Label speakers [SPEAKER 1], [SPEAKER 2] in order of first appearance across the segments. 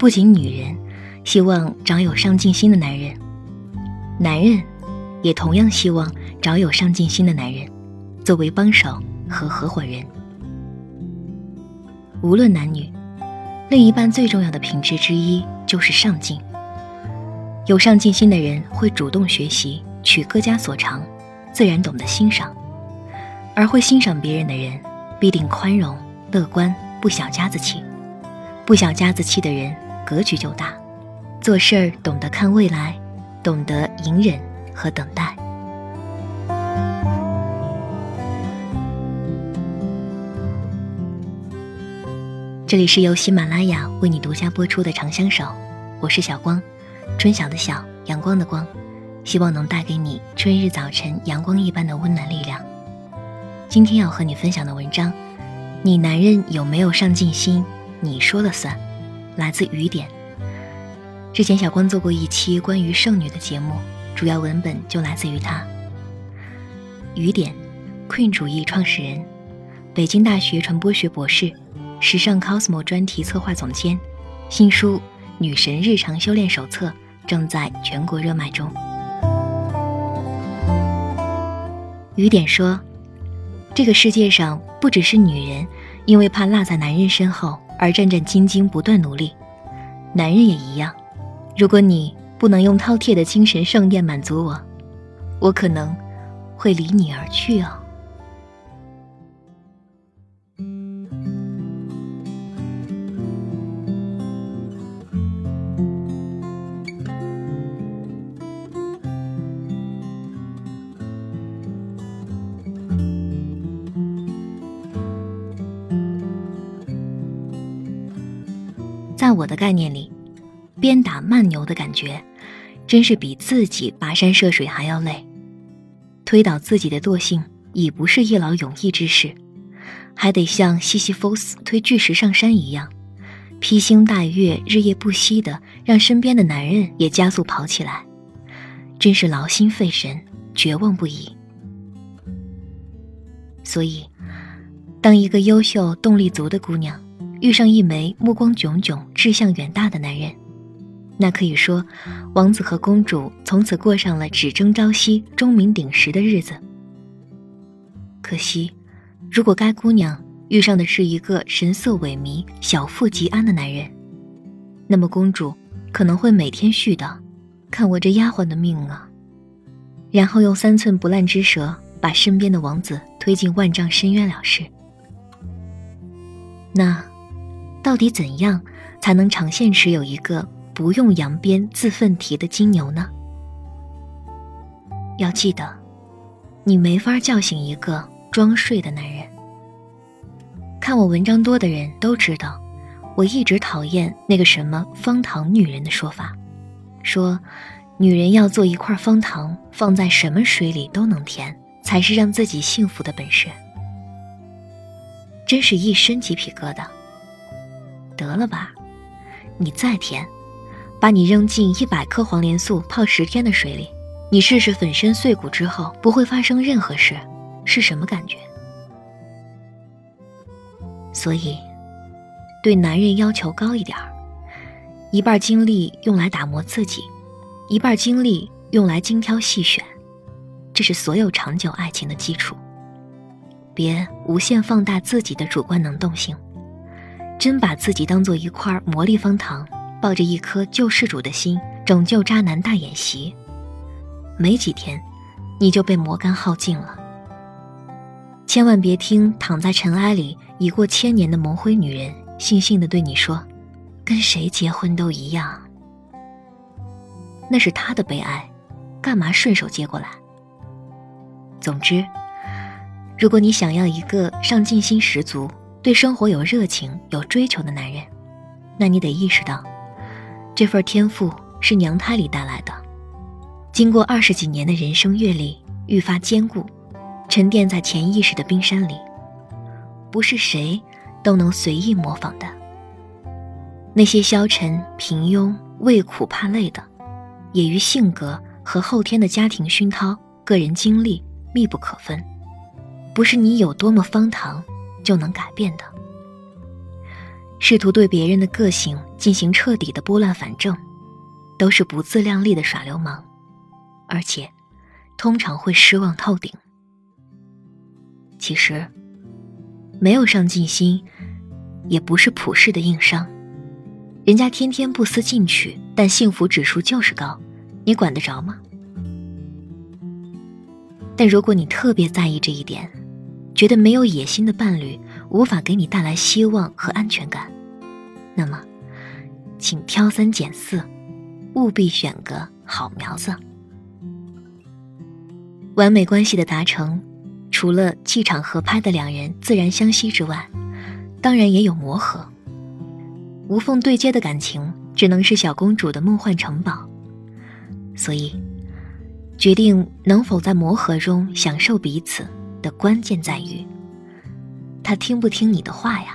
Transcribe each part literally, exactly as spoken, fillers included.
[SPEAKER 1] 不仅女人希望找有上进心的男人，男人也同样希望找有上进心的男人作为帮手和合伙人。无论男女，另一半最重要的品质之一就是上进。有上进心的人会主动学习，取各家所长，自然懂得欣赏。而会欣赏别人的人，必定宽容、乐观，不小家子气。不小家子气的人，格局就大，做事儿懂得看未来，懂得隐忍和等待。这里是由喜马拉雅为你独家播出的长相守，我是小光，春晓的晓，阳光的光，希望能带给你春日早晨阳光一般的温暖力量。今天要和你分享的文章，你男人有没有上进心，你说了算，来自雨点。之前小光做过一期关于剩女的节目，主要文本就来自于他。雨点 Queen 主义创始人，北京大学传播学博士，时尚 Cosmo 专题策划总监，新书《女神日常修炼手册》正在全国热卖中。雨点说，这个世界上不只是女人因为怕落在男人身后而战战兢兢不断努力，男人也一样。如果你不能用饕餮的精神盛宴满足我，我可能会离你而去哦。在我的概念里，鞭打慢牛的感觉真是比自己跋山涉水还要累。推倒自己的惰性已不是一劳永逸之事，还得像西西弗斯推巨石上山一样，披星戴月，日夜不息地让身边的男人也加速跑起来，真是劳心费神，绝望不已。所以当一个优秀动力足的姑娘遇上一枚目光炯炯志向远大的男人，那可以说王子和公主从此过上了只争朝夕钟鸣鼎食的日子。可惜如果该姑娘遇上的是一个神色萎靡小富即安的男人，那么公主可能会每天絮叨，看我这丫鬟的命啊，然后用三寸不烂之舌把身边的王子推进万丈深渊了事。那到底怎样才能长线持有一个不用扬鞭自奋蹄的金牛呢？要记得，你没法叫醒一个装睡的男人。看我文章多的人都知道，我一直讨厌那个什么方糖女人的说法，说女人要做一块方糖，放在什么水里都能甜，才是让自己幸福的本事。真是一身鸡皮疙瘩。得了吧，你再甜，把你扔进一百克黄连素泡十天的水里，你试试粉身碎骨之后不会发生任何事，是什么感觉？所以对男人要求高一点，一半精力用来打磨自己，一半精力用来精挑细选，这是所有长久爱情的基础。别无限放大自己的主观能动性，真把自己当做一块魔力方糖，抱着一颗救世主的心拯救渣男大演习，没几天你就被磨干耗尽了。千万别听躺在尘埃里已过千年的蒙灰女人悻悻地对你说，跟谁结婚都一样。那是她的悲哀，干嘛顺手接过来？总之，如果你想要一个上进心十足，对生活有热情有追求的男人，那你得意识到，这份天赋是娘胎里带来的，经过二十几年的人生阅历愈发坚固，沉淀在潜意识的冰山里，不是谁都能随意模仿的。那些消沉平庸畏苦怕累的，也与性格和后天的家庭熏陶个人经历密不可分，不是你有多么方糖就能改变的。 试图对别人的个性进行彻底的拨乱反正，都是不自量力的耍流氓，而且通常会失望透顶。其实没有上进心也不是普世的硬伤，人家天天不思进取，但幸福指数就是高，你管得着吗？但如果你特别在意这一点，觉得没有野心的伴侣无法给你带来希望和安全感，那么请挑三拣四，务必选个好苗子。完美关系的达成，除了气场合拍的两人自然相吸之外，当然也有磨合。无缝对接的感情只能是小公主的梦幻城堡，所以决定能否在磨合中享受彼此的关键在于他听不听你的话呀。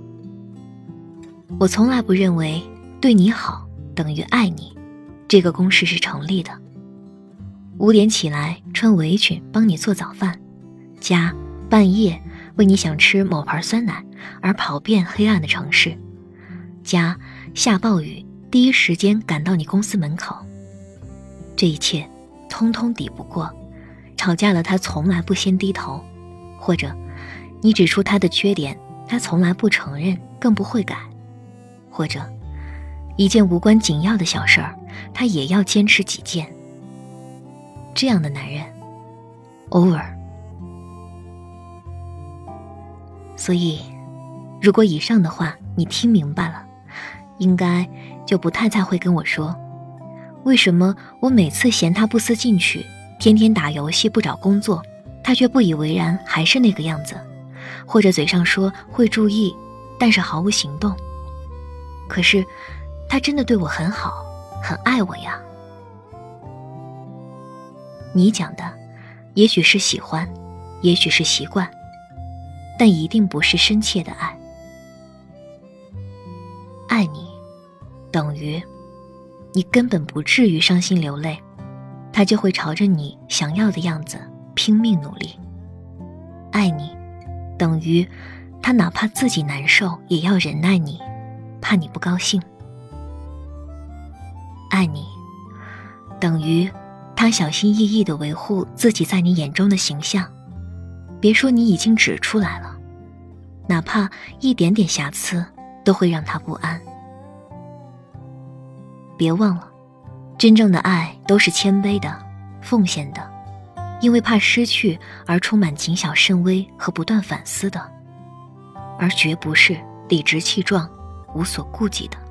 [SPEAKER 1] 我从来不认为对你好等于爱你，这个公式是成立的。五点起来穿围裙帮你做早饭，加半夜为你想吃某盘酸奶而跑遍黑暗的城市，加下暴雨第一时间赶到你公司门口，这一切通通抵不过吵架了他从来不先低头，或者你指出他的缺点他从来不承认更不会改，或者一件无关紧要的小事儿他也要坚持己见。这样的男人偶尔。所以如果以上的话你听明白了，应该就不太再会跟我说，为什么我每次嫌他不思进取，天天打游戏不找工作，他却不以为然，还是那个样子，或者嘴上说会注意，但是毫无行动。可是他真的对我很好，很爱我呀。你讲的也许是喜欢，也许是习惯，但一定不是深切的爱。爱你等于你根本不至于伤心流泪，他就会朝着你想要的样子拼命努力。爱你等于他哪怕自己难受也要忍耐你，怕你不高兴。爱你等于他小心翼翼地维护自己在你眼中的形象，别说你已经指出来了，哪怕一点点瑕疵都会让他不安。别忘了，真正的爱都是谦卑的、奉献的，因为怕失去而充满谨小慎微和不断反思的，而绝不是理直气壮、无所顾忌的。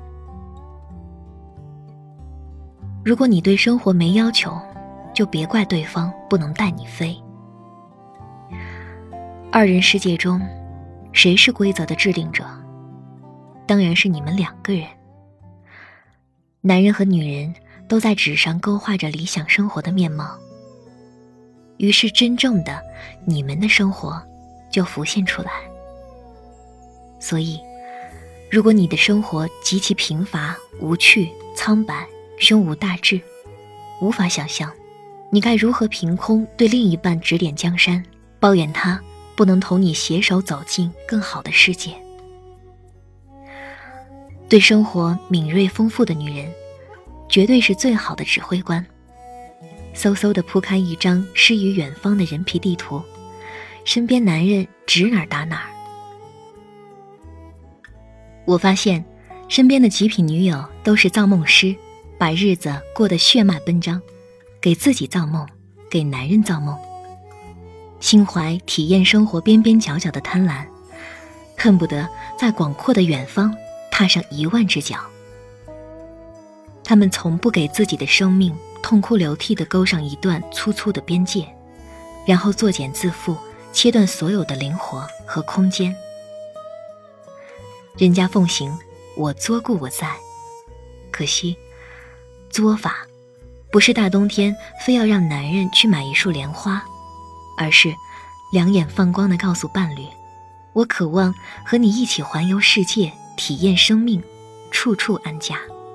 [SPEAKER 1] 如果你对生活没要求，就别怪对方不能带你飞。二人世界中，谁是规则的制定者？当然是你们两个人。男人和女人都在纸上勾画着理想生活的面貌，于是真正的你们的生活就浮现出来。所以如果你的生活极其贫乏、无趣、苍白、胸无大志，无法想象你该如何凭空对另一半指点江山，抱怨他不能同你携手走进更好的世界。对生活敏锐丰富的女人，绝对是最好的指挥官。嗖嗖地铺开一张诗与远方的人皮地图，身边男人指哪儿打哪儿。我发现身边的极品女友都是造梦师，把日子过得血脉奔张，给自己造梦，给男人造梦，心怀体验生活边边角角的贪婪，恨不得在广阔的远方踏上一万只脚。他们从不给自己的生命痛哭流涕地勾上一段粗粗的边界，然后作茧自缚，切断所有的灵活和空间。人家奉行我作故我在，可惜作法不是大冬天非要让男人去买一束莲花，而是两眼放光地告诉伴侣，我渴望和你一起环游世界，体验生命，处处安家。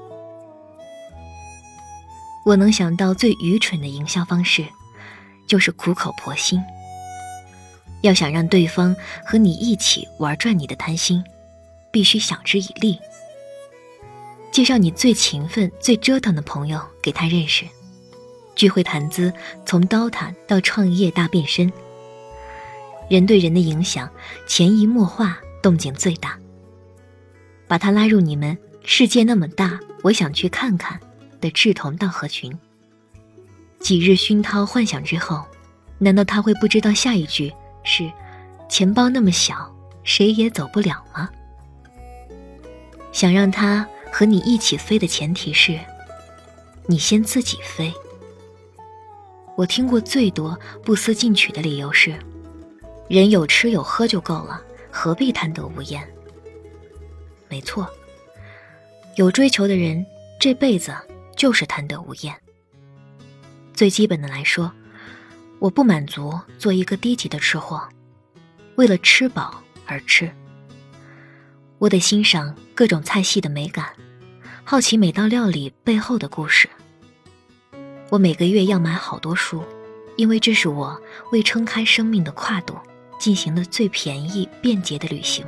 [SPEAKER 1] 我能想到最愚蠢的营销方式，就是苦口婆心。要想让对方和你一起玩转你的贪心， 必须晓之以利。介绍你最勤奋最折腾的朋友给他认识，聚会谈资从刀塔到创业大变身，人对人的影响潜移默化，动静最大。把他拉入你们世界那么大，我想去看看的志同道合群。几日熏陶幻想之后，难道他会不知道下一句是钱包那么小，谁也走不了吗？想让他和你一起飞的前提是你先自己飞。我听过最多不思进取的理由是，人有吃有喝就够了，何必贪得无厌。没错，有追求的人这辈子就是贪得无厌。最基本的来说，我不满足做一个低级的吃货，为了吃饱而吃。我得欣赏各种菜系的美感，好奇每道料理背后的故事。我每个月要买好多书，因为这是我为撑开生命的跨度进行的最便宜便捷的旅行。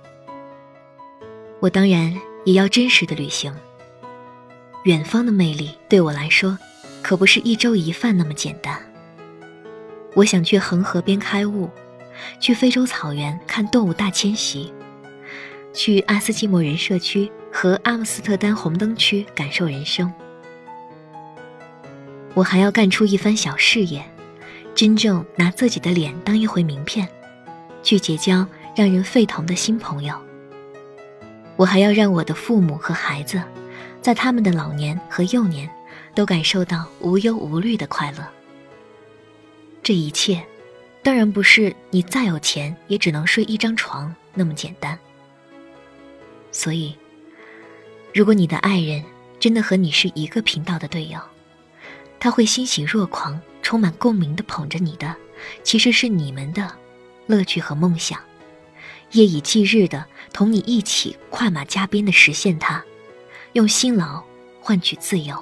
[SPEAKER 1] 我当然也要真实的旅行。远方的魅力对我来说可不是一粥一饭那么简单。我想去恒河边开悟，去非洲草原看动物大迁徙，去阿斯基摩人社区和阿姆斯特丹红灯区感受人生。我还要干出一番小事业，真正拿自己的脸当一回名片，去结交让人沸腾的新朋友。我还要让我的父母和孩子在他们的老年和幼年都感受到无忧无虑的快乐。这一切当然不是你再有钱也只能睡一张床那么简单。所以如果你的爱人真的和你是一个频道的队友，他会欣喜若狂充满共鸣地捧着你的其实是你们的乐趣和梦想，夜以继日地同你一起快马加鞭地实现它，用辛劳换取自由。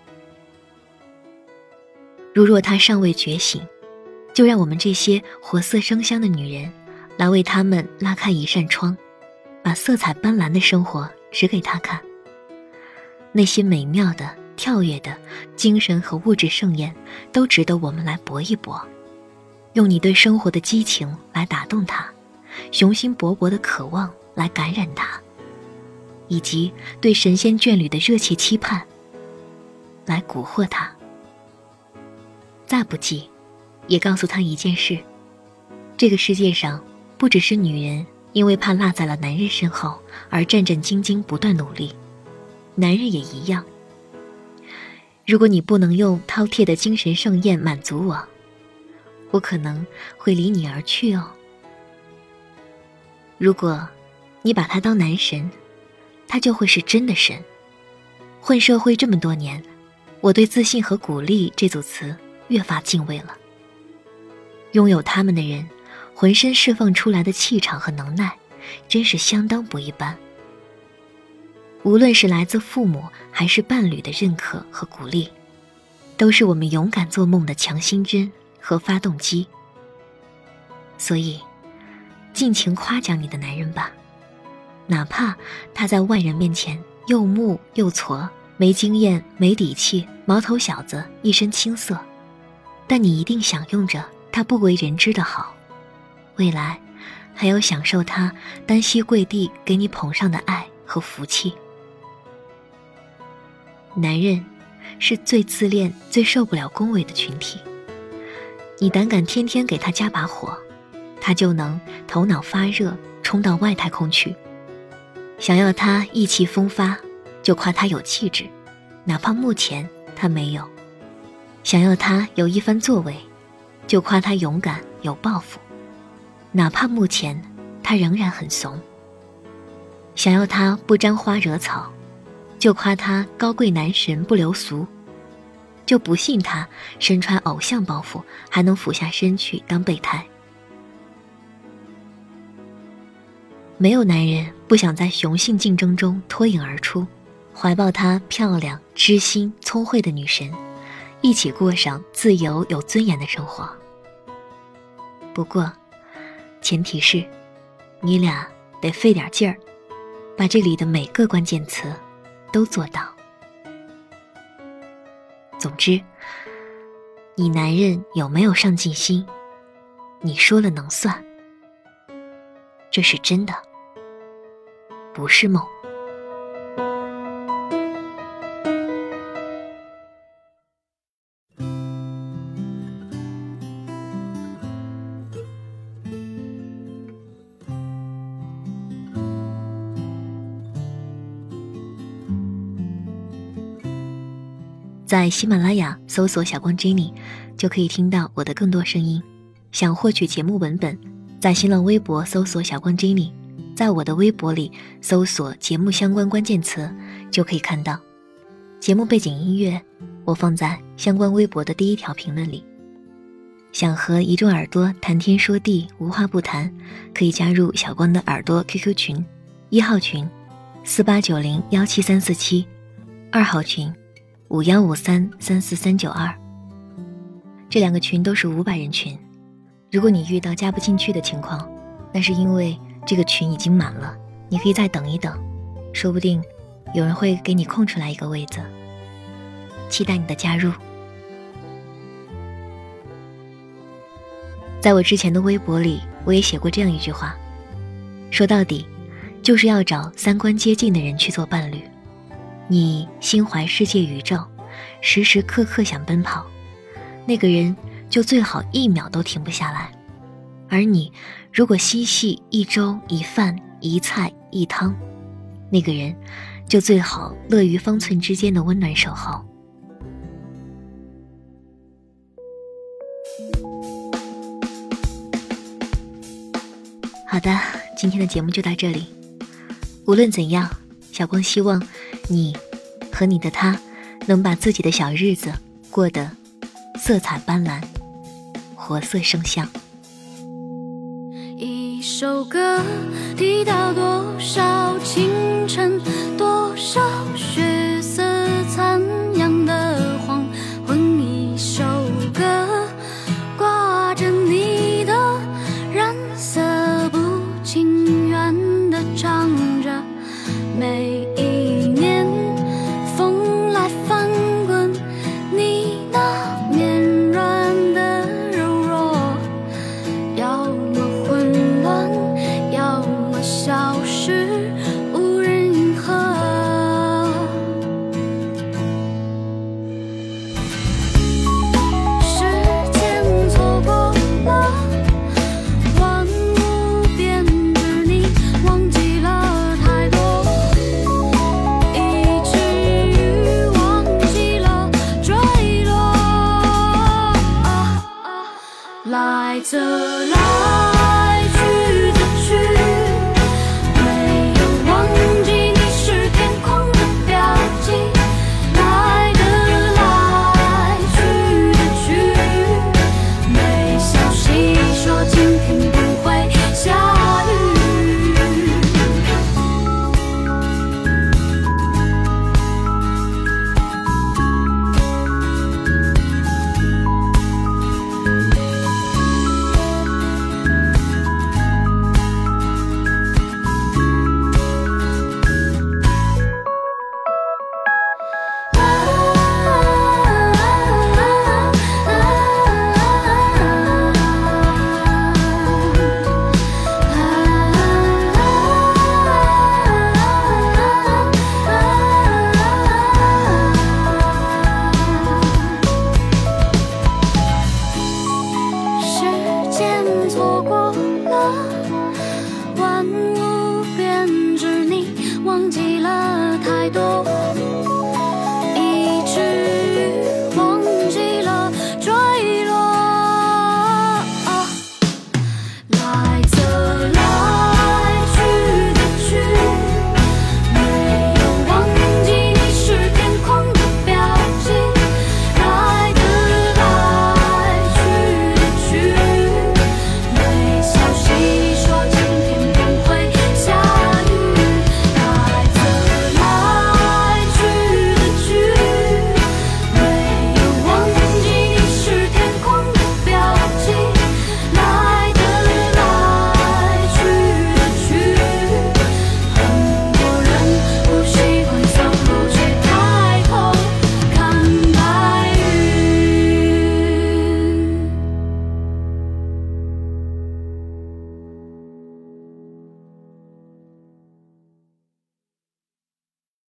[SPEAKER 1] 如若他尚未觉醒，就让我们这些活色生香的女人来为他们拉开一扇窗，把色彩斑斓的生活指给他看。那些美妙的跳跃的精神和物质盛宴都值得我们来搏一搏，用你对生活的激情来打动他，雄心勃勃的渴望来感染他，以及对神仙眷侣的热切期盼来蛊惑他。再不济也告诉他一件事，这个世界上不只是女人因为怕落在了男人身后而战战兢兢不断努力，男人也一样。如果你不能用饕餮的精神盛宴满足我，我可能会离你而去哦。如果你把他当男神，他就会是真的神。混社会这么多年，我对自信和鼓励这组词越发敬畏了。拥有他们的人浑身释放出来的气场和能耐真是相当不一般。无论是来自父母还是伴侣的认可和鼓励，都是我们勇敢做梦的强心针和发动机。所以尽情夸奖你的男人吧，哪怕他在外人面前又木又矬，没经验没底气，毛头小子一身青涩，但你一定享用着他不为人知的好，未来还有享受他单膝跪地给你捧上的爱和福气。男人是最自恋最受不了恭维的群体，你胆敢天天给他加把火，他就能头脑发热冲到外太空去。想要他意气风发，就夸他有气质，哪怕目前他没有。想要他有一番作为，就夸他勇敢有抱负，哪怕目前他仍然很怂。想要他不沾花惹草，就夸他高贵男神不流俗，就不信他身穿偶像包袱还能俯下身去当备胎。没有男人不想在雄性竞争中脱颖而出，怀抱她漂亮知心聪慧的女神，一起过上自由有尊严的生活。不过前提是你俩得费点劲儿， 把这里的每个关键词都做到。总之，你男人有没有上进心，你说了能算，这是真的，不是梦。在喜马拉雅搜索小光 Jenny 就可以听到我的更多声音。想获取节目文本，在新浪微博搜索小光 Jenny， 在我的微博里搜索节目相关关键词就可以看到。节目背景音乐我放在相关微博的第一条评论里。想和一众耳朵谈天说地无话不谈，可以加入小光的耳朵 Q Q 群，一号群四八九零一七三四七，二号群五幺五三三四三九二，这两个群都是五百人群。如果你遇到加不进去的情况，那是因为这个群已经满了，你可以再等一等，说不定有人会给你空出来一个位子。期待你的加入。在我之前的微博里，我也写过这样一句话，说到底就是要找三观接近的人去做伴侣。你心怀世界宇宙，时时刻刻想奔跑，那个人就最好一秒都停不下来。而你如果嬉戏一粥一饭一菜一汤，那个人就最好乐于方寸之间的温暖守候。好的，今天的节目就到这里。无论怎样，小光希望你和你的他能把自己的小日子过得色彩斑斓，活色生香。
[SPEAKER 2] 一首歌提到多少清晨，多少雪